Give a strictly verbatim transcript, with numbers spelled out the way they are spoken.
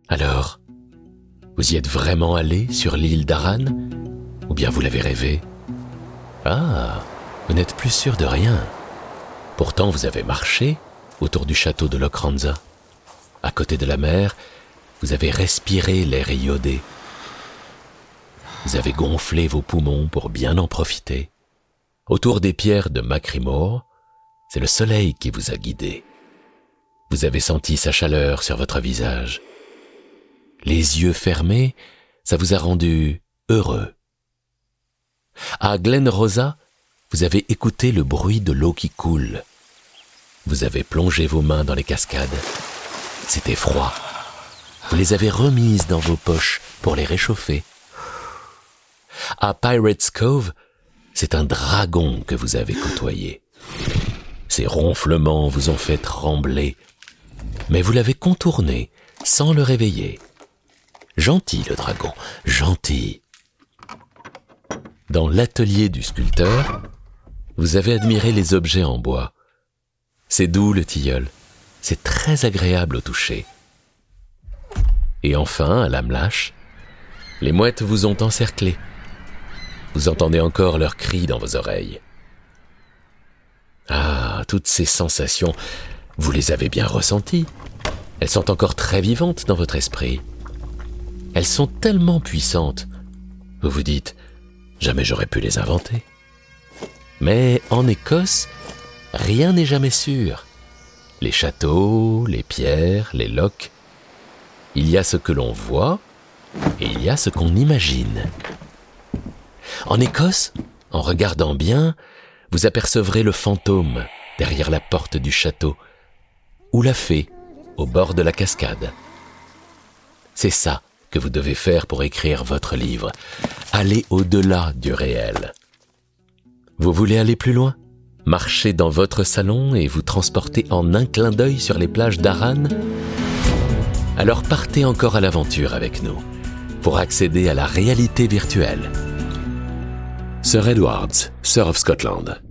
Alors, vous y êtes vraiment allé sur l'île d'Aran? Ou bien vous l'avez rêvé? Ah, vous n'êtes plus sûr de rien. Pourtant, vous avez marché autour du château de Locranza. À côté de la mer, vous avez respiré l'air iodé. Vous avez gonflé vos poumons pour bien en profiter. Autour des pierres de Macrimore, c'est le soleil qui vous a guidé. Vous avez senti sa chaleur sur votre visage. Les yeux fermés, ça vous a rendu heureux. À Glen Rosa, vous avez écouté le bruit de l'eau qui coule. Vous avez plongé vos mains dans les cascades. C'était froid. Vous les avez remises dans vos poches pour les réchauffer. À Pirates Cove, c'est un dragon que vous avez côtoyé. Ses ronflements vous ont fait trembler, mais vous l'avez contourné sans le réveiller. Gentil le dragon, gentil. Dans l'atelier du sculpteur, vous avez admiré les objets en bois. C'est doux le tilleul, c'est très agréable au toucher. Et enfin, à Lame Lâche, les mouettes vous ont encerclé. Vous entendez encore leurs cris dans vos oreilles. Ah, toutes ces sensations, vous les avez bien ressenties. Elles sont encore très vivantes dans votre esprit. Elles sont tellement puissantes. Vous vous dites, jamais j'aurais pu les inventer. Mais en Écosse, rien n'est jamais sûr. Les châteaux, les pierres, les lochs, il y a ce que l'on voit et il y a ce qu'on imagine. En Écosse, en regardant bien, vous apercevrez le fantôme derrière la porte du château ou la fée au bord de la cascade. C'est ça que vous devez faire pour écrire votre livre. Aller au-delà du réel. Vous voulez aller plus loin? Marcher dans votre salon et vous transporter en un clin d'œil sur les plages d'Aran? Alors partez encore à l'aventure avec nous pour accéder à la réalité virtuelle. Sir Edwards, Sir of Scotland.